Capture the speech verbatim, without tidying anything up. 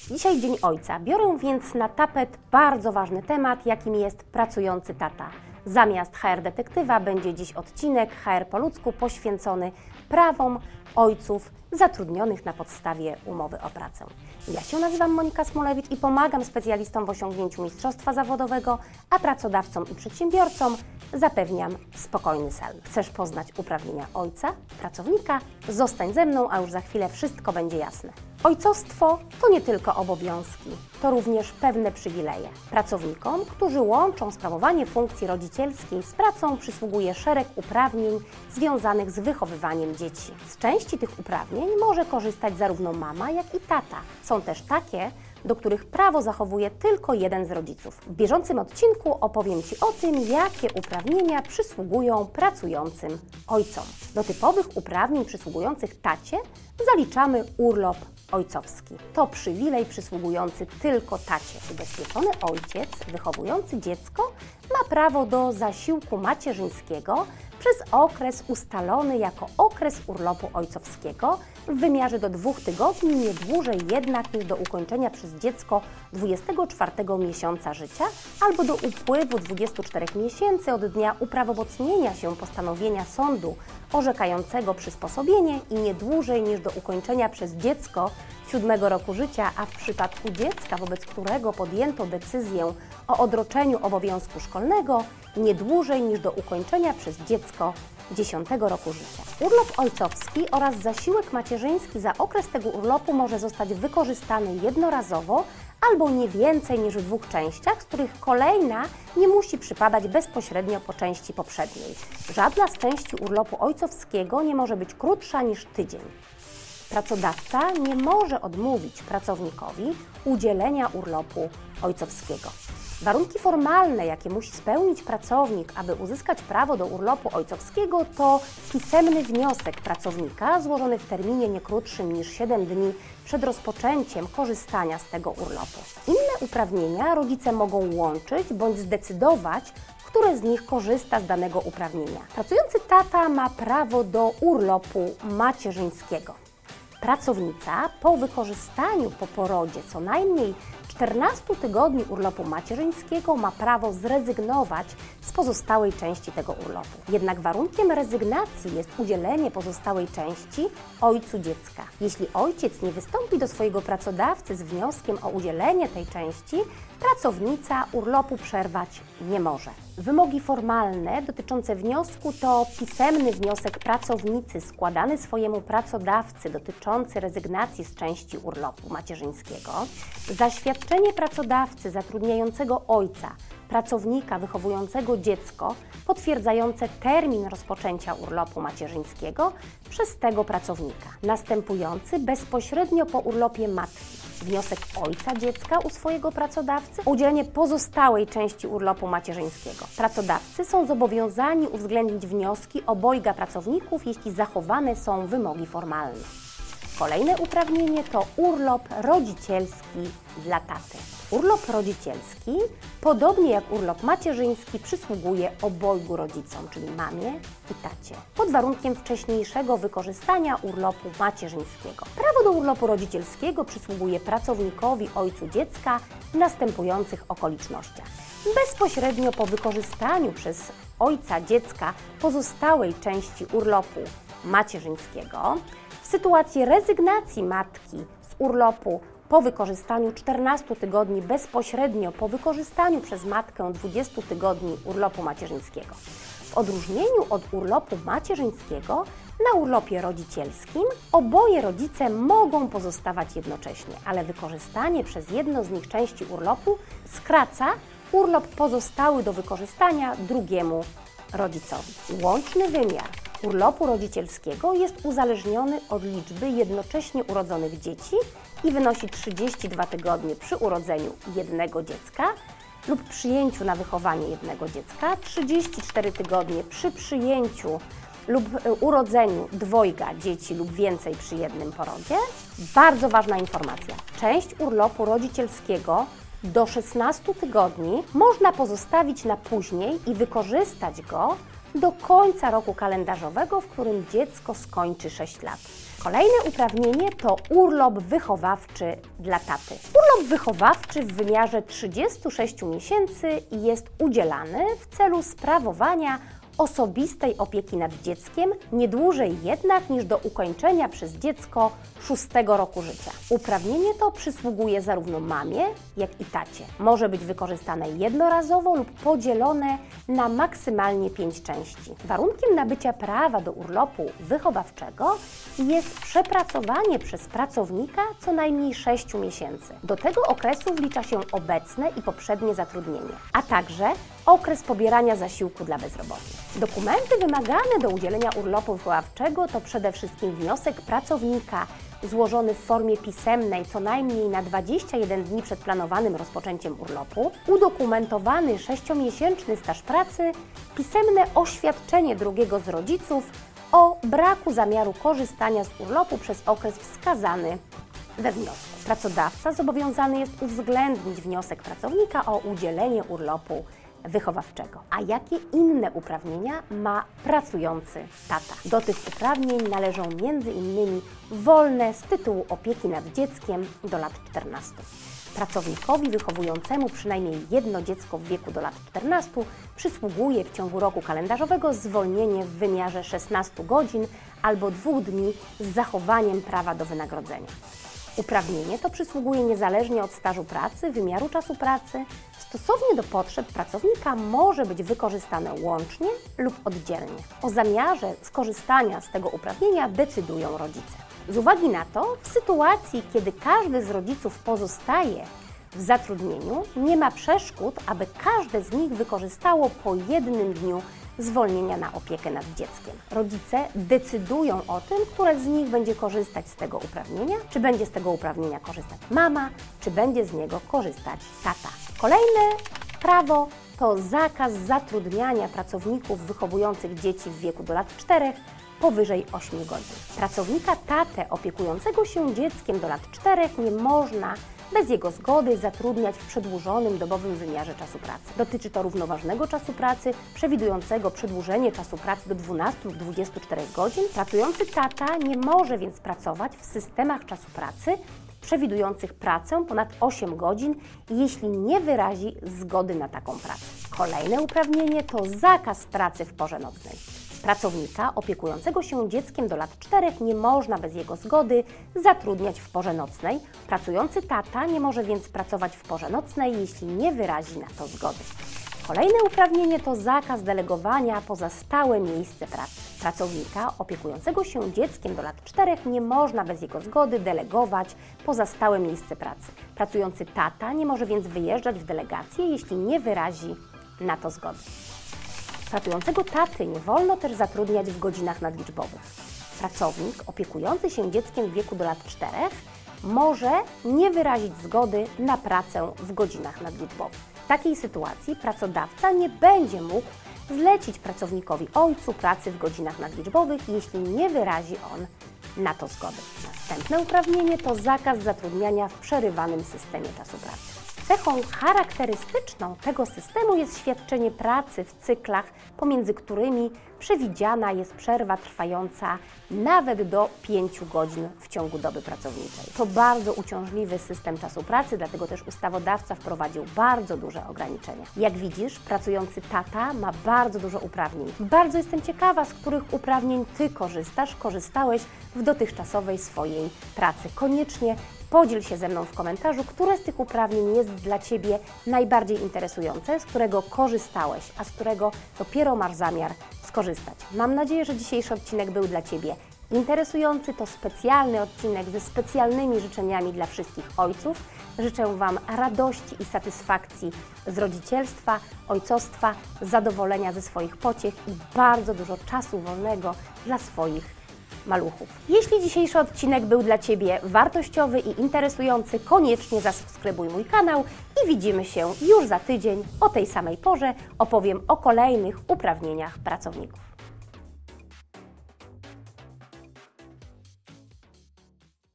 Dzisiaj Dzień Ojca. Biorę więc na tapet bardzo ważny temat, jakim jest pracujący tata. Zamiast H R Detektywa będzie dziś odcinek H R po ludzku poświęcony prawom ojców zatrudnionych na podstawie umowy o pracę. Ja się nazywam Monika Smulewicz i pomagam specjalistom w osiągnięciu mistrzostwa zawodowego, a pracodawcom i przedsiębiorcom zapewniam spokojny sen. Chcesz poznać uprawnienia ojca, pracownika? Zostań ze mną, a już za chwilę wszystko będzie jasne. Ojcostwo to nie tylko obowiązki, to również pewne przywileje. Pracownikom, którzy łączą sprawowanie funkcji rodzicielskiej z pracą, przysługuje szereg uprawnień związanych z wychowywaniem dzieci. Z części tych uprawnień może korzystać zarówno mama, jak i tata. Są też takie, do których prawo zachowuje tylko jeden z rodziców. W bieżącym odcinku opowiem Ci o tym, jakie uprawnienia przysługują pracującym ojcom. Do typowych uprawnień przysługujących tacie zaliczamy urlop ojcowski. To przywilej przysługujący tylko tacie. Ubezpieczony ojciec wychowujący dziecko ma prawo do zasiłku macierzyńskiego przez okres ustalony jako okres urlopu ojcowskiego w wymiarze do dwóch tygodni, nie dłużej jednak niż do ukończenia przez dziecko dwudziestego czwartego miesiąca życia albo do upływu dwudziestu czterech miesięcy od dnia uprawomocnienia się postanowienia sądu orzekającego przysposobienie i nie dłużej niż do ukończenia przez dziecko siódmego roku życia, a w przypadku dziecka, wobec którego podjęto decyzję o odroczeniu obowiązku szkolnego, nie dłużej niż do ukończenia przez dziecko dziesiątego roku życia. Urlop ojcowski oraz zasiłek macierzyński za okres tego urlopu może zostać wykorzystany jednorazowo albo nie więcej niż w dwóch częściach, z których kolejna nie musi przypadać bezpośrednio po części poprzedniej. Żadna z części urlopu ojcowskiego nie może być krótsza niż tydzień. Pracodawca nie może odmówić pracownikowi udzielenia urlopu ojcowskiego. Warunki formalne, jakie musi spełnić pracownik, aby uzyskać prawo do urlopu ojcowskiego, to pisemny wniosek pracownika złożony w terminie nie krótszym niż siedem dni przed rozpoczęciem korzystania z tego urlopu. Inne uprawnienia rodzice mogą łączyć bądź zdecydować, które z nich korzysta z danego uprawnienia. Pracujący tata ma prawo do urlopu macierzyńskiego. Pracownica po wykorzystaniu po porodzie co najmniej czternastu tygodni urlopu macierzyńskiego ma prawo zrezygnować z pozostałej części tego urlopu. Jednak warunkiem rezygnacji jest udzielenie pozostałej części ojcu dziecka. Jeśli ojciec nie wystąpi do swojego pracodawcy z wnioskiem o udzielenie tej części, pracownica urlopu przerwać nie może. Wymogi formalne dotyczące wniosku to pisemny wniosek pracownicy składany swojemu pracodawcy dotyczący rezygnacji z części urlopu macierzyńskiego, zaświadczenie pracodawcy zatrudniającego ojca, pracownika wychowującego dziecko, potwierdzające termin rozpoczęcia urlopu macierzyńskiego przez tego pracownika, następujący bezpośrednio po urlopie matki. Wniosek ojca dziecka u swojego pracodawcy o udzielenie pozostałej części urlopu macierzyńskiego. Pracodawcy są zobowiązani uwzględnić wnioski obojga pracowników, jeśli zachowane są wymogi formalne. Kolejne uprawnienie to urlop rodzicielski dla taty. Urlop rodzicielski, podobnie jak urlop macierzyński, przysługuje obojgu rodzicom, czyli mamie i tacie, pod warunkiem wcześniejszego wykorzystania urlopu macierzyńskiego. Prawo do urlopu rodzicielskiego przysługuje pracownikowi ojcu dziecka w następujących okolicznościach. Bezpośrednio po wykorzystaniu przez ojca dziecka pozostałej części urlopu macierzyńskiego, w sytuacji rezygnacji matki z urlopu po wykorzystaniu czternastu tygodni bezpośrednio po wykorzystaniu przez matkę dwudziestu tygodni urlopu macierzyńskiego. W odróżnieniu od urlopu macierzyńskiego, na urlopie rodzicielskim oboje rodzice mogą pozostawać jednocześnie, ale wykorzystanie przez jedno z nich części urlopu skraca urlop pozostały do wykorzystania drugiemu rodzicowi. Łączny wymiar urlopu rodzicielskiego jest uzależniony od liczby jednocześnie urodzonych dzieci i wynosi trzydzieści dwa tygodnie przy urodzeniu jednego dziecka lub przyjęciu na wychowanie jednego dziecka, trzydzieści cztery tygodnie przy przyjęciu lub urodzeniu dwojga dzieci lub więcej przy jednym porodzie. Bardzo ważna informacja. Część urlopu rodzicielskiego do szesnastu tygodni można pozostawić na później i wykorzystać go do końca roku kalendarzowego, w którym dziecko skończy sześć lat. Kolejne uprawnienie to urlop wychowawczy dla taty. Urlop wychowawczy w wymiarze trzydziestu sześciu miesięcy jest udzielany w celu sprawowania osobistej opieki nad dzieckiem, nie dłużej jednak niż do ukończenia przez dziecko szóstego roku życia. Uprawnienie to przysługuje zarówno mamie, jak i tacie. Może być wykorzystane jednorazowo lub podzielone na maksymalnie pięć części. Warunkiem nabycia prawa do urlopu wychowawczego jest przepracowanie przez pracownika co najmniej sześciu miesięcy. Do tego okresu wlicza się obecne i poprzednie zatrudnienie, a także okres pobierania zasiłku dla bezrobotnych. Dokumenty wymagane do udzielenia urlopu wychowawczego to przede wszystkim wniosek pracownika złożony w formie pisemnej co najmniej na dwadzieścia jeden dni przed planowanym rozpoczęciem urlopu, udokumentowany sześciomiesięczny staż pracy, pisemne oświadczenie drugiego z rodziców o braku zamiaru korzystania z urlopu przez okres wskazany we wniosku. Pracodawca zobowiązany jest uwzględnić wniosek pracownika o udzielenie urlopu wychowawczego. A jakie inne uprawnienia ma pracujący tata? Do tych uprawnień należą między innymi wolne z tytułu opieki nad dzieckiem do lat czternastu. Pracownikowi wychowującemu przynajmniej jedno dziecko w wieku do lat czternastu przysługuje w ciągu roku kalendarzowego zwolnienie w wymiarze szesnastu godzin albo dwóch dni z zachowaniem prawa do wynagrodzenia. Uprawnienie to przysługuje niezależnie od stażu pracy, wymiaru czasu pracy. Stosownie do potrzeb pracownika może być wykorzystane łącznie lub oddzielnie. O zamiarze skorzystania z tego uprawnienia decydują rodzice. Z uwagi na to, w sytuacji, kiedy każdy z rodziców pozostaje w zatrudnieniu, nie ma przeszkód, aby każde z nich wykorzystało po jednym dniu zwolnienia na opiekę nad dzieckiem. Rodzice decydują o tym, które z nich będzie korzystać z tego uprawnienia, czy będzie z tego uprawnienia korzystać mama, czy będzie z niego korzystać tata. Kolejne prawo to zakaz zatrudniania pracowników wychowujących dzieci w wieku do lat czterech powyżej ośmiu godzin. Pracownika tatę opiekującego się dzieckiem do lat czterech nie można bez jego zgody zatrudniać w przedłużonym dobowym wymiarze czasu pracy. Dotyczy to równoważnego czasu pracy, przewidującego przedłużenie czasu pracy do dwunastu lub dwudziestu czterech godzin. Pracujący tata nie może więc pracować w systemach czasu pracy przewidujących pracę ponad osiem godzin, jeśli nie wyrazi zgody na taką pracę. Kolejne uprawnienie to zakaz pracy w porze nocnej. Pracownika opiekującego się dzieckiem do lat czterech nie można bez jego zgody zatrudniać w porze nocnej. Pracujący tata nie może więc pracować w porze nocnej, jeśli nie wyrazi na to zgody. Kolejne uprawnienie to zakaz delegowania poza stałe miejsce pracy. Pracownika opiekującego się dzieckiem do lat czterech nie można bez jego zgody delegować poza stałe miejsce pracy. Pracujący tata nie może więc wyjeżdżać w delegację, jeśli nie wyrazi na to zgody. Pracującego taty nie wolno też zatrudniać w godzinach nadliczbowych. Pracownik opiekujący się dzieckiem w wieku do lat czterech może nie wyrazić zgody na pracę w godzinach nadliczbowych. W takiej sytuacji pracodawca nie będzie mógł zlecić pracownikowi ojcu pracy w godzinach nadliczbowych, jeśli nie wyrazi on na to zgody. Następne uprawnienie to zakaz zatrudniania w przerywanym systemie czasu pracy. Cechą charakterystyczną tego systemu jest świadczenie pracy w cyklach, pomiędzy którymi przewidziana jest przerwa trwająca nawet do pięciu godzin w ciągu doby pracowniczej. To bardzo uciążliwy system czasu pracy, dlatego też ustawodawca wprowadził bardzo duże ograniczenia. Jak widzisz, pracujący tata ma bardzo dużo uprawnień. Bardzo jestem ciekawa, z których uprawnień Ty korzystasz, korzystałeś w dotychczasowej swojej pracy. Koniecznie podziel się ze mną w komentarzu, które z tych uprawnień jest dla Ciebie najbardziej interesujące, z którego korzystałeś, a z którego dopiero masz zamiar skorzystać. Mam nadzieję, że dzisiejszy odcinek był dla Ciebie interesujący. To specjalny odcinek ze specjalnymi życzeniami dla wszystkich ojców. Życzę Wam radości i satysfakcji z rodzicielstwa, ojcostwa, zadowolenia ze swoich pociech i bardzo dużo czasu wolnego dla swoich maluchów. Jeśli dzisiejszy odcinek był dla Ciebie wartościowy i interesujący, koniecznie zasubskrybuj mój kanał i widzimy się już za tydzień o tej samej porze. Opowiem o kolejnych uprawnieniach pracowników.